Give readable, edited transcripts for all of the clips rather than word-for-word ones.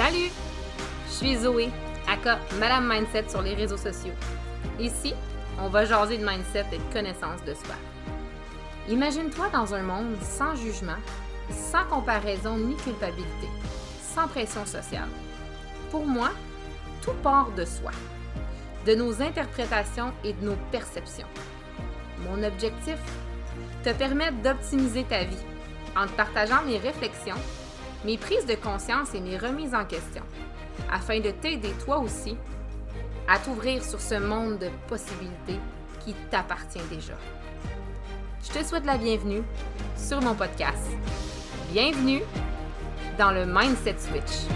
Salut! Je suis Zoé, aka Madame Mindset sur les réseaux sociaux. Ici, on va jaser de mindset et de connaissance de soi. Imagine-toi dans un monde sans jugement, sans comparaison ni culpabilité, sans pression sociale. Pour moi, tout part de soi, de nos interprétations et de nos perceptions. Mon objectif, te permettre d'optimiser ta vie en te partageant mes réflexions, mes prises de conscience et mes remises en question, afin de t'aider toi aussi à t'ouvrir sur ce monde de possibilités qui t'appartient déjà. Je te souhaite la bienvenue sur mon podcast. Bienvenue dans le Mindset Switch.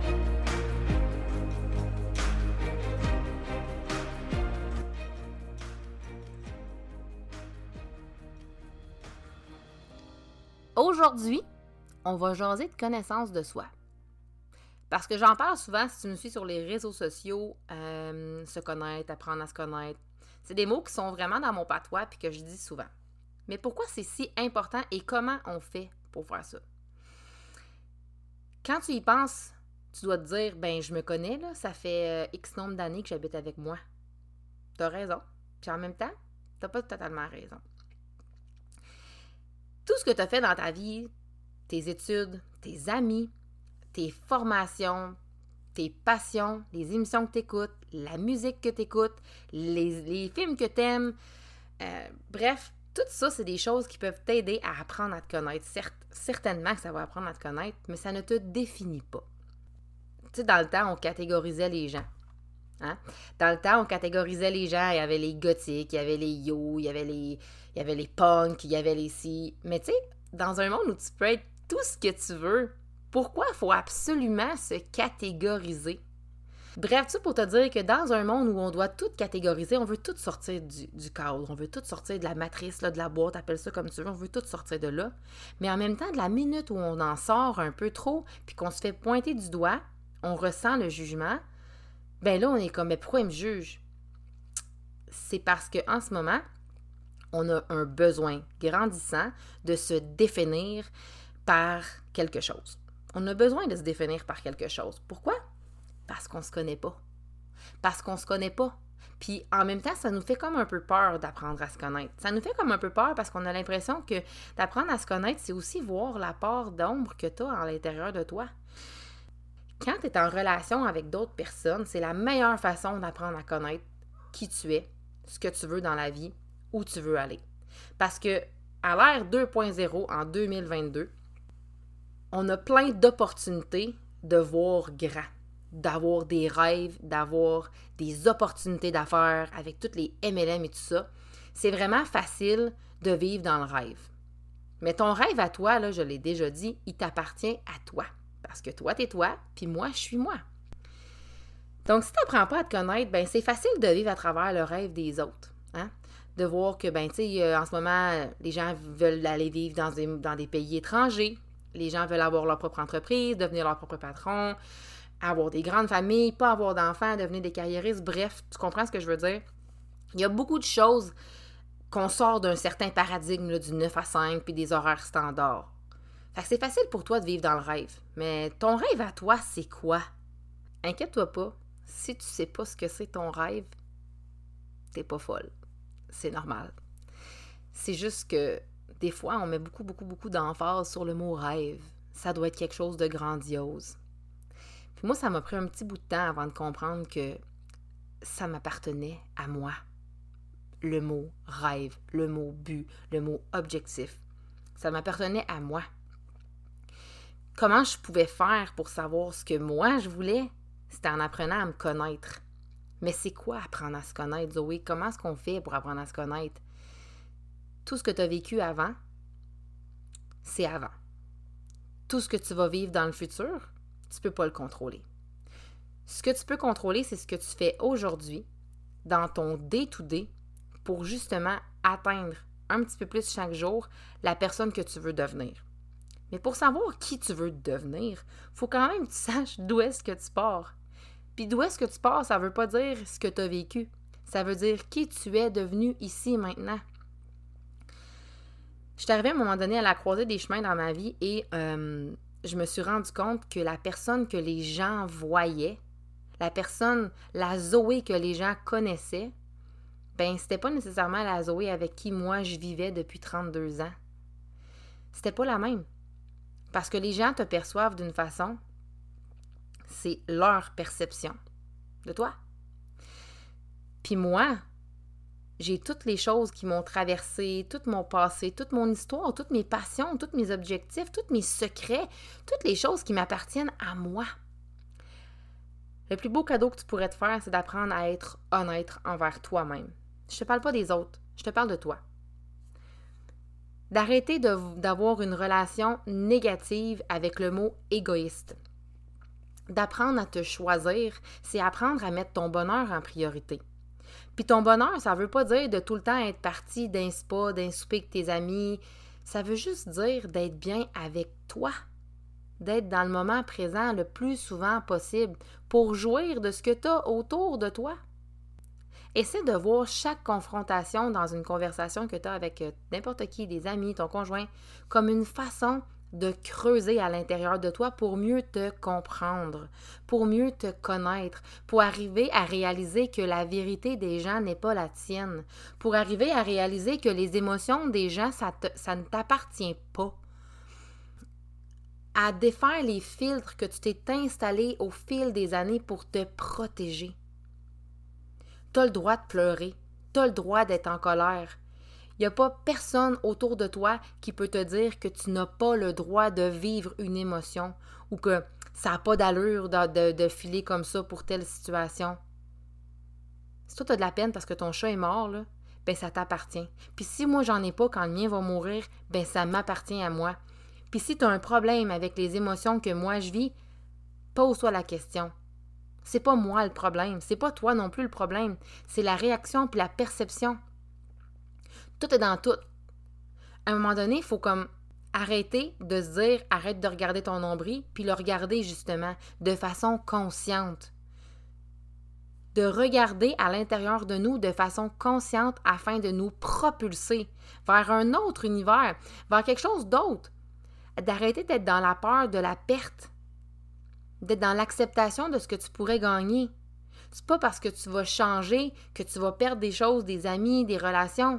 Aujourd'hui, on va jaser de connaissance de soi. Parce que j'en parle souvent si tu me suis sur les réseaux sociaux, se connaître, apprendre à se connaître. C'est des mots qui sont vraiment dans mon patois puis que je dis souvent. Mais pourquoi c'est si important et comment on fait pour faire ça? Quand tu y penses, tu dois te dire, je me connais, là, ça fait X nombre d'années que j'habite avec moi. T'as raison. Puis en même temps, t'as pas totalement raison. Tout ce que tu as fait dans ta vie, tes études, tes amis, tes formations, tes passions, les émissions que tu écoutes, la musique que tu écoutes, les films que tu aimes, bref, tout ça, c'est des choses qui peuvent t'aider à apprendre à te connaître. Certainement que ça va apprendre à te connaître, mais ça ne te définit pas. Tu sais, dans le temps, on catégorisait les gens. Hein? Dans le temps, on catégorisait les gens, il y avait les gothiques, il y avait les yo, il y avait les punks, il y avait les si. Mais tu sais, dans un monde où tu peux être tout ce que tu veux, pourquoi il faut absolument se catégoriser? Bref, tout pour te dire que dans un monde où on doit tout catégoriser, on veut tout sortir du cadre, on veut tout sortir de la matrice, là, de la boîte, appelle ça comme tu veux, on veut tout sortir de là. Mais en même temps, de la minute où on en sort un peu trop, puis qu'on se fait pointer du doigt, on ressent le jugement, là, on est comme, mais pourquoi il me juge? C'est parce qu'en ce moment, on a un besoin grandissant de se définir par quelque chose. On a besoin de se définir par quelque chose. Pourquoi? Parce qu'on se connaît pas. Parce qu'on se connaît pas. Puis en même temps, ça nous fait comme un peu peur d'apprendre à se connaître. Ça nous fait comme un peu peur parce qu'on a l'impression que d'apprendre à se connaître, c'est aussi voir la part d'ombre que tu as à l'intérieur de toi. Quand tu es en relation avec d'autres personnes, c'est la meilleure façon d'apprendre à connaître qui tu es, ce que tu veux dans la vie, où tu veux aller. Parce que à l'ère 2.0 en 2022, on a plein d'opportunités de voir grand, d'avoir des rêves, d'avoir des opportunités d'affaires avec toutes les MLM et tout ça. C'est vraiment facile de vivre dans le rêve. Mais ton rêve à toi, là, je l'ai déjà dit, il t'appartient à toi. Parce que toi, t'es toi, puis moi, je suis moi. Donc, si tu n'apprends pas à te connaître, c'est facile de vivre à travers le rêve des autres. Hein? De voir que, tu sais, en ce moment, les gens veulent aller vivre dans des pays étrangers. Les gens veulent avoir leur propre entreprise, devenir leur propre patron, avoir des grandes familles, pas avoir d'enfants, devenir des carriéristes. Bref, tu comprends ce que je veux dire? Il y a beaucoup de choses qu'on sort d'un certain paradigme là, du 9 à 5 puis des horaires standards. Fait que c'est facile pour toi de vivre dans le rêve. Mais ton rêve à toi, c'est quoi? Inquiète-toi pas. Si tu sais pas ce que c'est ton rêve, t'es pas folle. C'est normal. C'est juste que des fois, on met beaucoup d'emphase sur le mot rêve. Ça doit être quelque chose de grandiose. Puis moi, ça m'a pris un petit bout de temps avant de comprendre que ça m'appartenait à moi. Le mot rêve, le mot but, le mot objectif. Ça m'appartenait à moi. Comment je pouvais faire pour savoir ce que moi je voulais? C'était en apprenant à me connaître. Mais c'est quoi apprendre à se connaître, Zoé? Comment est-ce qu'on fait pour apprendre à se connaître? Tout ce que tu as vécu avant, c'est avant. Tout ce que tu vas vivre dans le futur, tu ne peux pas le contrôler. Ce que tu peux contrôler, c'est ce que tu fais aujourd'hui, dans ton day-to-day, pour justement atteindre un petit peu plus chaque jour la personne que tu veux devenir. Mais pour savoir qui tu veux devenir, il faut quand même que tu saches d'où est-ce que tu pars. Puis d'où est-ce que tu pars, ça ne veut pas dire ce que tu as vécu. Ça veut dire qui tu es devenu ici et maintenant. Je suis arrivée à un moment donné à la croisée des chemins dans ma vie et je me suis rendu compte que la personne que les gens voyaient, la Zoé que les gens connaissaient, ben c'était pas nécessairement la Zoé avec qui moi je vivais depuis 32 ans. C'était pas la même. Parce que les gens te perçoivent d'une façon, c'est leur perception de toi. Puis moi, j'ai toutes les choses qui m'ont traversé, tout mon passé, toute mon histoire, toutes mes passions, tous mes objectifs, tous mes secrets, toutes les choses qui m'appartiennent à moi. Le plus beau cadeau que tu pourrais te faire, c'est d'apprendre à être honnête envers toi-même. Je te parle pas des autres, je te parle de toi. D'arrêter d'avoir une relation négative avec le mot égoïste. D'apprendre à te choisir, c'est apprendre à mettre ton bonheur en priorité. Puis ton bonheur, ça veut pas dire de tout le temps être parti d'un spa, d'un souper avec tes amis. Ça veut juste dire d'être bien avec toi. D'être dans le moment présent le plus souvent possible pour jouir de ce que tu as autour de toi. Essaie de voir chaque confrontation dans une conversation que tu as avec n'importe qui, des amis, ton conjoint, comme une façon de creuser à l'intérieur de toi pour mieux te comprendre, pour mieux te connaître, pour arriver à réaliser que la vérité des gens n'est pas la tienne, pour arriver à réaliser que les émotions des gens, ça ne t'appartient pas. À défaire les filtres que tu t'es installés au fil des années pour te protéger. Tu as le droit de pleurer, tu as le droit d'être en colère. Il n'y a pas personne autour de toi qui peut te dire que tu n'as pas le droit de vivre une émotion ou que ça n'a pas d'allure de filer comme ça pour telle situation. Si toi, tu as de la peine parce que ton chat est mort, là, ben ça t'appartient. Puis si moi, j'en ai pas quand le mien va mourir, ben ça m'appartient à moi. Puis si tu as un problème avec les émotions que moi je vis, pose-toi la question. C'est pas moi le problème, c'est pas toi non plus le problème, c'est la réaction puis la perception. Tout est dans tout. À un moment donné, il faut comme arrêter de se dire, arrête de regarder ton nombril, puis le regarder justement de façon consciente. De regarder à l'intérieur de nous de façon consciente afin de nous propulser vers un autre univers, vers quelque chose d'autre. D'arrêter d'être dans la peur de la perte. D'être dans l'acceptation de ce que tu pourrais gagner. C'est pas parce que tu vas changer que tu vas perdre des choses, des amis, des relations.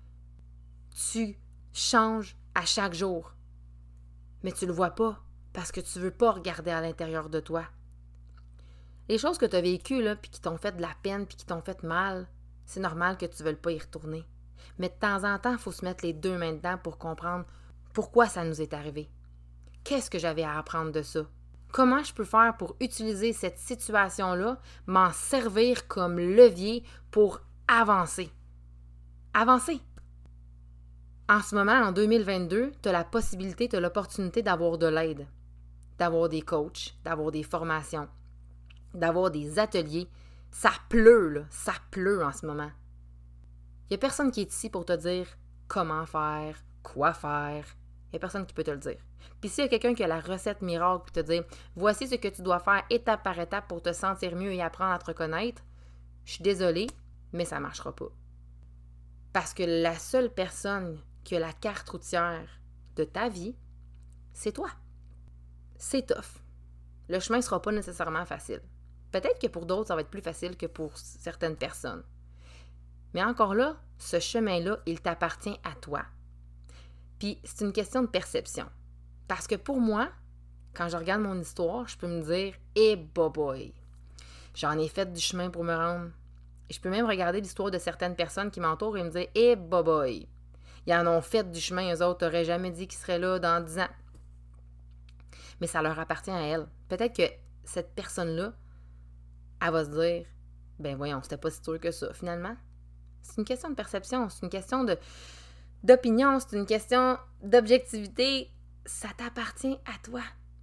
Tu changes à chaque jour. Mais tu le vois pas parce que tu veux pas regarder à l'intérieur de toi. Les choses que tu as vécues là, puis qui t'ont fait de la peine, puis qui t'ont fait mal, c'est normal que tu ne veuilles pas y retourner. Mais de temps en temps, il faut se mettre les deux mains dedans pour comprendre pourquoi ça nous est arrivé. Qu'est-ce que j'avais à apprendre de ça? Comment je peux faire pour utiliser cette situation-là, m'en servir comme levier pour avancer? Avancer! En ce moment, en 2022, tu as la possibilité, tu as l'opportunité d'avoir de l'aide, d'avoir des coachs, d'avoir des formations, d'avoir des ateliers. Ça pleut, là. Ça pleut en ce moment. Il n'y a personne qui est ici pour te dire comment faire, quoi faire. Il n'y a personne qui peut te le dire. Puis s'il y a quelqu'un qui a la recette miracle pour te dire « Voici ce que tu dois faire étape par étape pour te sentir mieux et apprendre à te reconnaître », je suis désolée, mais ça ne marchera pas. Parce que la seule personne qui a la carte routière de ta vie, c'est toi. C'est tough. Le chemin ne sera pas nécessairement facile. Peut-être que pour d'autres, ça va être plus facile que pour certaines personnes. Mais encore là, ce chemin-là, il t'appartient à toi. Puis c'est une question de perception. Parce que pour moi, quand je regarde mon histoire, je peux me dire « Eh boy, j'en ai fait du chemin pour me rendre. » Et je peux même regarder l'histoire de certaines personnes qui m'entourent et me dire « Eh boy, ils en ont fait du chemin, eux autres n'auraient jamais dit qu'ils seraient là dans 10 ans. » Mais ça leur appartient à elles. Peut-être que cette personne-là, elle va se dire « Ben voyons, c'était pas si sûr que ça, finalement. » C'est une question de perception, c'est une question d'opinion, c'est une question d'objectivité. Ça t'appartient à toi.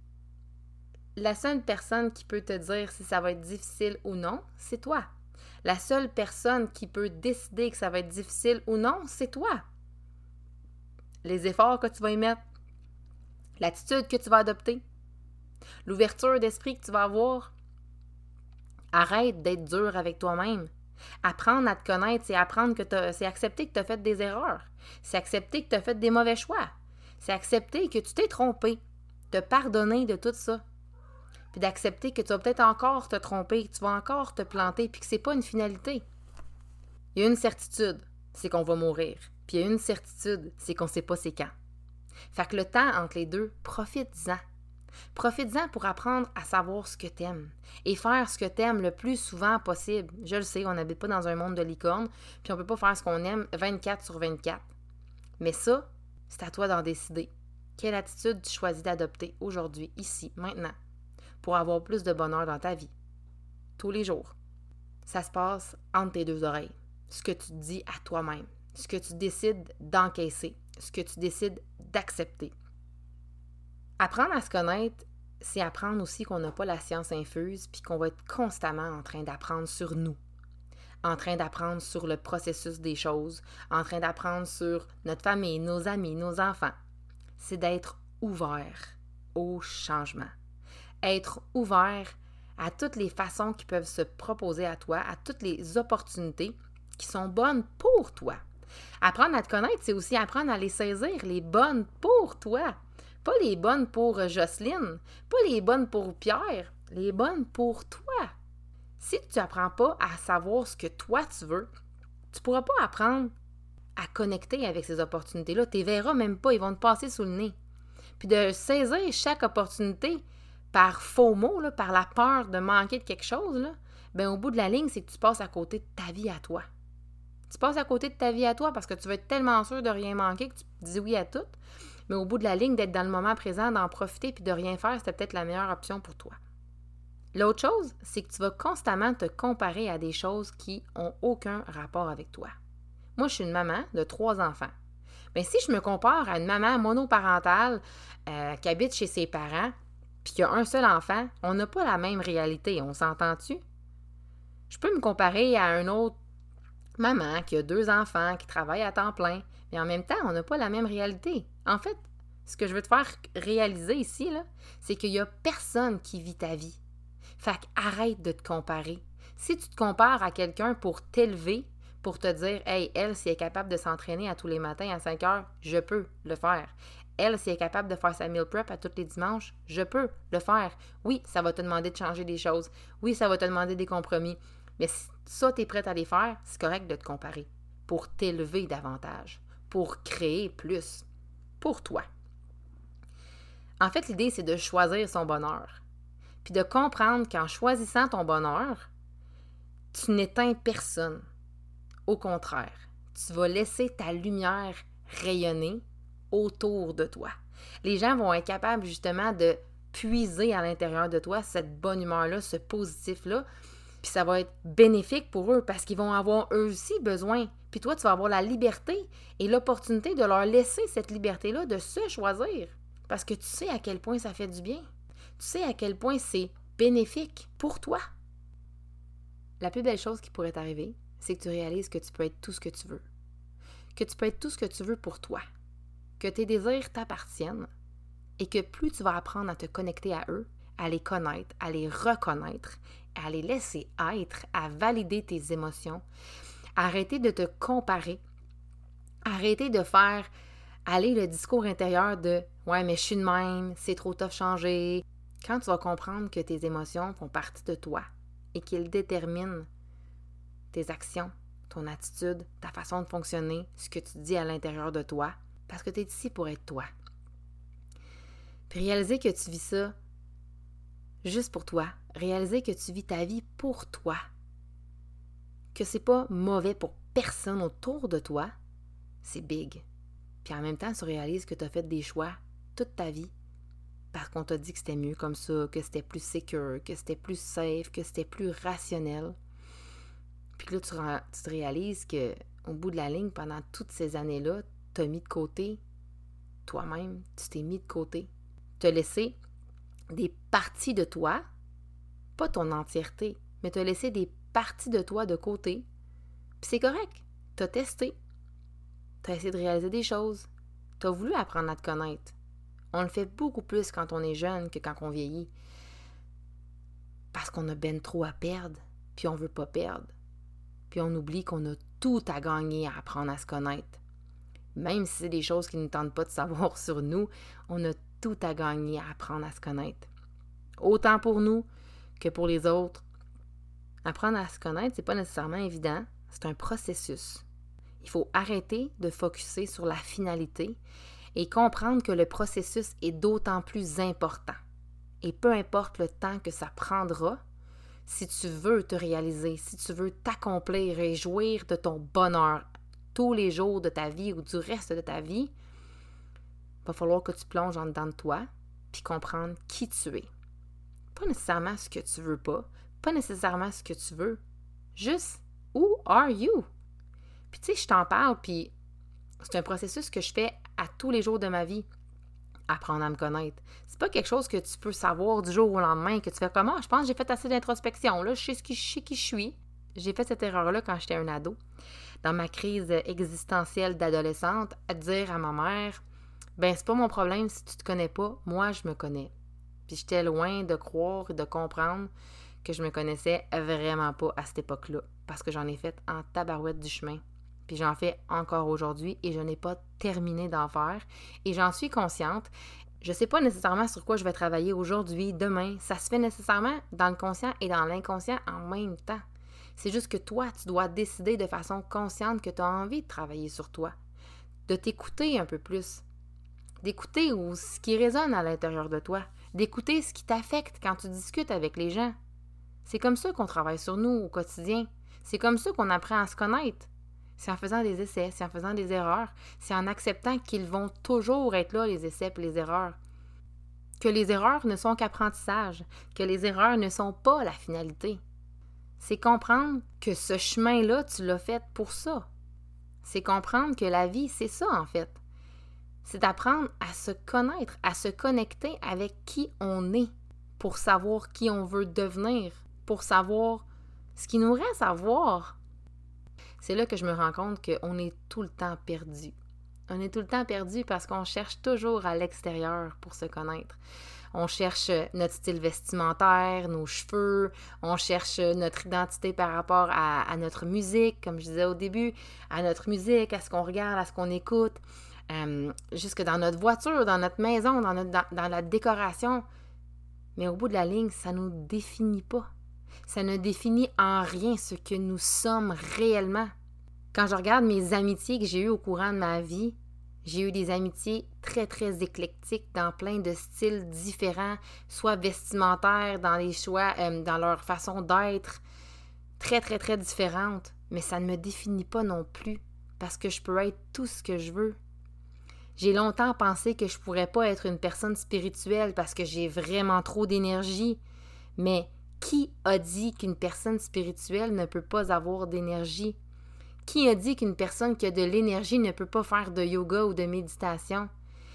La seule personne qui peut te dire si ça va être difficile ou non, c'est toi. La seule personne qui peut décider que ça va être difficile ou non, c'est toi. Les efforts que tu vas y mettre, l'attitude que tu vas adopter, l'ouverture d'esprit que tu vas avoir. Arrête d'être dur avec toi-même. Apprendre à te connaître, c'est apprendre c'est accepter que tu as fait des erreurs. C'est accepter que tu as fait des mauvais choix. C'est accepter que tu t'es trompé. te pardonner de tout ça. Puis d'accepter que tu vas peut-être encore te tromper, que tu vas encore te planter, puis que c'est pas une finalité. Il y a une certitude, c'est qu'on va mourir. Puis il y a une certitude, c'est qu'on sait pas c'est quand. Fait que le temps entre les deux, profite-en. Profite-en pour apprendre à savoir ce que t'aimes et faire ce que t'aimes le plus souvent possible. Je le sais, on n'habite pas dans un monde de licorne, puis on peut pas faire ce qu'on aime 24/24. Mais ça, c'est à toi d'en décider. Quelle attitude tu choisis d'adopter aujourd'hui, ici, maintenant, pour avoir plus de bonheur dans ta vie, tous les jours. Ça se passe entre tes deux oreilles. Ce que tu dis à toi-même, ce que tu décides d'encaisser, ce que tu décides d'accepter. Apprendre à se connaître, c'est apprendre aussi qu'on n'a pas la science infuse puis qu'on va être constamment en train d'apprendre sur nous, en train d'apprendre sur le processus des choses, en train d'apprendre sur notre famille, nos amis, nos enfants. C'est d'être ouvert au changement. Être ouvert à toutes les façons qui peuvent se proposer à toi, à toutes les opportunités qui sont bonnes pour toi. Apprendre à te connaître, c'est aussi apprendre à les saisir, les bonnes pour toi. Pas les bonnes pour Jocelyne, pas les bonnes pour Pierre, les bonnes pour toi. Si tu n'apprends pas à savoir ce que toi tu veux, tu ne pourras pas apprendre à connecter avec ces opportunités-là. Tu les verras même pas, ils vont te passer sous le nez. Puis de saisir chaque opportunité par faux mots, là, par la peur de manquer de quelque chose, là, ben au bout de la ligne, c'est que tu passes à côté de ta vie à toi. Tu passes à côté de ta vie à toi parce que tu vas être tellement sûr de rien manquer que tu dis oui à tout. Mais au bout de la ligne, d'être dans le moment présent, d'en profiter puis de rien faire, c'était peut-être la meilleure option pour toi. L'autre chose, c'est que tu vas constamment te comparer à des choses qui n'ont aucun rapport avec toi. Moi, je suis une maman de 3 enfants. Mais si je me compare à une maman monoparentale qui habite chez ses parents puis qui a un seul enfant, on n'a pas la même réalité, on s'entend-tu? Je peux me comparer à une autre maman qui a 2 enfants, qui travaille à temps plein, mais en même temps, on n'a pas la même réalité. En fait, ce que je veux te faire réaliser ici, là, c'est qu'il n'y a personne qui vit ta vie. Fait qu'arrête de te comparer. Si tu te compares à quelqu'un pour t'élever, pour te dire « Hey, elle, si elle est capable de s'entraîner à tous les matins à 5 heures, je peux le faire. Elle, si elle est capable de faire sa meal prep à tous les dimanches, je peux le faire. Oui, ça va te demander de changer des choses. Oui, ça va te demander des compromis. Mais si ça, tu es prête à les faire, c'est correct de te comparer pour t'élever davantage, pour créer plus, pour toi. En fait, l'idée, c'est de choisir son bonheur. Puis de comprendre qu'en choisissant ton bonheur, tu n'éteins personne. Au contraire, tu vas laisser ta lumière rayonner autour de toi. Les gens vont être capables justement de puiser à l'intérieur de toi cette bonne humeur-là, ce positif-là, puis ça va être bénéfique pour eux parce qu'ils vont avoir eux aussi besoin. Puis toi, tu vas avoir la liberté et l'opportunité de leur laisser cette liberté-là de se choisir. Parce que tu sais à quel point ça fait du bien. Tu sais à quel point c'est bénéfique pour toi. La plus belle chose qui pourrait t'arriver, c'est que tu réalises que tu peux être tout ce que tu veux. Que tu peux être tout ce que tu veux pour toi. Que tes désirs t'appartiennent et que plus tu vas apprendre à te connecter à eux, à les connaître, à les reconnaître, à les laisser être, à valider tes émotions, arrêter de te comparer, arrêter de faire aller le discours intérieur de « Ouais, mais je suis de même, c'est trop tough changer ». Quand tu vas comprendre que tes émotions font partie de toi et qu'elles déterminent tes actions, ton attitude, ta façon de fonctionner, ce que tu dis à l'intérieur de toi, parce que tu es ici pour être toi. Puis réaliser que tu vis ça juste pour toi, réaliser que tu vis ta vie pour toi, que c'est pas mauvais pour personne autour de toi, c'est big. Puis en même temps, tu réalises que tu as fait des choix toute ta vie parce qu'on t'a dit que c'était mieux comme ça, que c'était plus secure, que c'était plus safe, que c'était plus rationnel. Puis là, tu te réalises qu'au bout de la ligne, pendant toutes ces années-là, tu as mis de côté toi-même, tu t'es mis de côté. Tu as laissé des parties de toi, pas ton entièreté, mais tu as laissé des parties de toi de côté. Puis c'est correct, tu as testé. Tu as essayé de réaliser des choses. Tu as voulu apprendre à te connaître. On le fait beaucoup plus quand on est jeune que quand on vieillit. Parce qu'on a ben trop à perdre, puis on veut pas perdre. Puis on oublie qu'on a tout à gagner à apprendre à se connaître. Même si c'est des choses qui ne tentent pas de savoir sur nous, on a tout à gagner à apprendre à se connaître. Autant pour nous que pour les autres. Apprendre à se connaître, c'est pas nécessairement évident. C'est un processus. Il faut arrêter de focusser sur la finalité et comprendre que le processus est d'autant plus important. Et peu importe le temps que ça prendra, si tu veux te réaliser, si tu veux t'accomplir et jouir de ton bonheur tous les jours de ta vie ou du reste de ta vie, il va falloir que tu plonges en dedans de toi puis comprendre qui tu es. Pas nécessairement ce que tu veux pas nécessairement ce que tu veux, juste who are you? Puis tu sais, je t'en parle, puis c'est un processus que je fais à tous les jours de ma vie. Apprendre à me connaître. C'est pas quelque chose que tu peux savoir du jour au lendemain, que tu fais comme « Ah, je pense que j'ai fait assez d'introspection, là, je sais qui je suis. » J'ai fait cette erreur-là quand j'étais un ado, dans ma crise existentielle d'adolescente, à dire à ma mère « Ben, c'est pas mon problème si tu te connais pas, moi, je me connais. » Puis j'étais loin de croire et de comprendre que je me connaissais vraiment pas à cette époque-là, parce que j'en ai fait en tabarouette du chemin. Puis j'en fais encore aujourd'hui et je n'ai pas terminé d'en faire. Et j'en suis consciente. Je ne sais pas nécessairement sur quoi je vais travailler aujourd'hui, demain. Ça se fait nécessairement dans le conscient et dans l'inconscient en même temps. C'est juste que toi, tu dois décider de façon consciente que tu as envie de travailler sur toi. De t'écouter un peu plus. D'écouter ce qui résonne à l'intérieur de toi. D'écouter ce qui t'affecte quand tu discutes avec les gens. C'est comme ça qu'on travaille sur nous au quotidien. C'est comme ça qu'on apprend à se connaître. C'est en faisant des essais, c'est en faisant des erreurs, c'est en acceptant qu'ils vont toujours être là, les essais et les erreurs. Que les erreurs ne sont qu'apprentissage, que les erreurs ne sont pas la finalité. C'est comprendre que ce chemin-là, tu l'as fait pour ça. C'est comprendre que la vie, c'est ça en fait. C'est d'apprendre à se connaître, à se connecter avec qui on est, pour savoir qui on veut devenir, pour savoir ce qu'il nous reste à voir. C'est là que je me rends compte qu'on est tout le temps perdu. On est tout le temps perdu parce qu'on cherche toujours à l'extérieur pour se connaître. On cherche notre style vestimentaire, nos cheveux, on cherche notre identité par rapport à notre musique, comme je disais au début, à notre musique, à ce qu'on regarde, à ce qu'on écoute, jusque dans notre voiture, dans notre maison, dans la décoration. Mais au bout de la ligne, ça ne nous définit pas. Ça ne définit en rien ce que nous sommes réellement. Quand je regarde mes amitiés que j'ai eues au courant de ma vie, j'ai eu des amitiés très, très éclectiques dans plein de styles différents, soit vestimentaires, dans les choix, dans leur façon d'être, très, très, très différentes. Mais ça ne me définit pas non plus, parce que je peux être tout ce que je veux. J'ai longtemps pensé que je ne pourrais pas être une personne spirituelle parce que j'ai vraiment trop d'énergie, mais qui a dit qu'une personne spirituelle ne peut pas avoir d'énergie? Qui a dit qu'une personne qui a de l'énergie ne peut pas faire de yoga ou de méditation?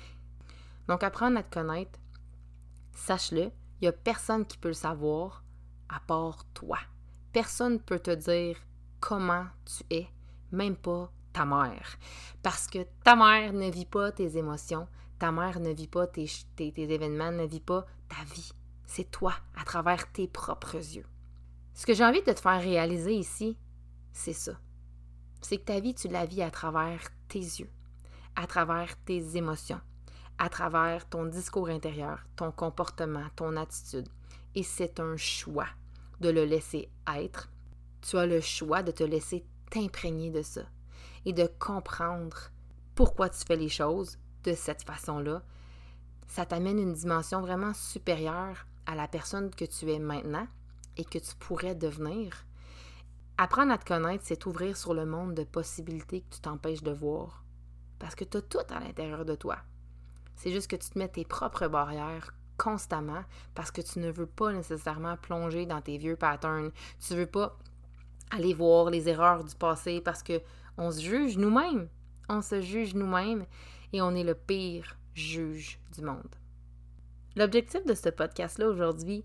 Donc, apprendre à te connaître, sache-le, il n'y a personne qui peut le savoir à part toi. Personne ne peut te dire comment tu es, même pas ta mère. Parce que ta mère ne vit pas tes émotions, ta mère ne vit pas tes événements, ne vit pas ta vie. C'est toi, à travers tes propres yeux. Ce que j'ai envie de te faire réaliser ici, c'est ça. C'est que ta vie, tu la vis à travers tes yeux, à travers tes émotions, à travers ton discours intérieur, ton comportement, ton attitude. Et c'est un choix de le laisser être. Tu as le choix de te laisser t'imprégner de ça et de comprendre pourquoi tu fais les choses de cette façon-là. Ça t'amène une dimension vraiment supérieure à la personne que tu es maintenant et que tu pourrais devenir. Apprendre à te connaître, c'est t'ouvrir sur le monde de possibilités que tu t'empêches de voir. Parce que tu as tout à l'intérieur de toi. C'est juste que tu te mets tes propres barrières constamment parce que tu ne veux pas nécessairement plonger dans tes vieux patterns. Tu ne veux pas aller voir les erreurs du passé parce qu'on se juge nous-mêmes. On se juge nous-mêmes et on est le pire juge du monde. L'objectif de ce podcast-là aujourd'hui,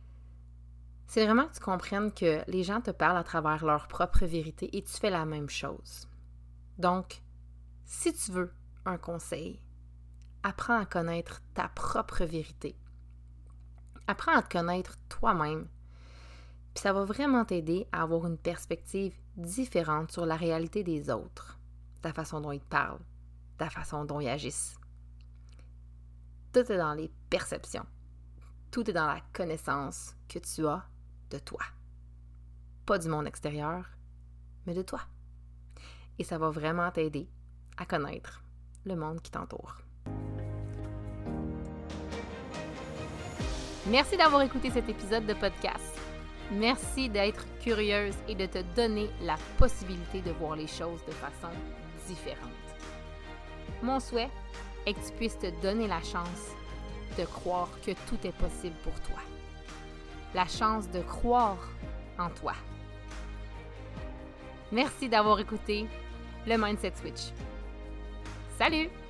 c'est vraiment que tu comprennes que les gens te parlent à travers leur propre vérité et tu fais la même chose. Donc, si tu veux un conseil, apprends à connaître ta propre vérité. Apprends à te connaître toi-même. Puis ça va vraiment t'aider à avoir une perspective différente sur la réalité des autres, ta façon dont ils te parlent, ta façon dont ils agissent. Tout est dans les perceptions. Tout est dans la connaissance que tu as de toi. Pas du monde extérieur, mais de toi. Et ça va vraiment t'aider à connaître le monde qui t'entoure. Merci d'avoir écouté cet épisode de podcast. Merci d'être curieuse et de te donner la possibilité de voir les choses de façon différente. Mon souhait est que tu puisses te donner la chance de croire que tout est possible pour toi. La chance de croire en toi. Merci d'avoir écouté le Mindset Switch. Salut!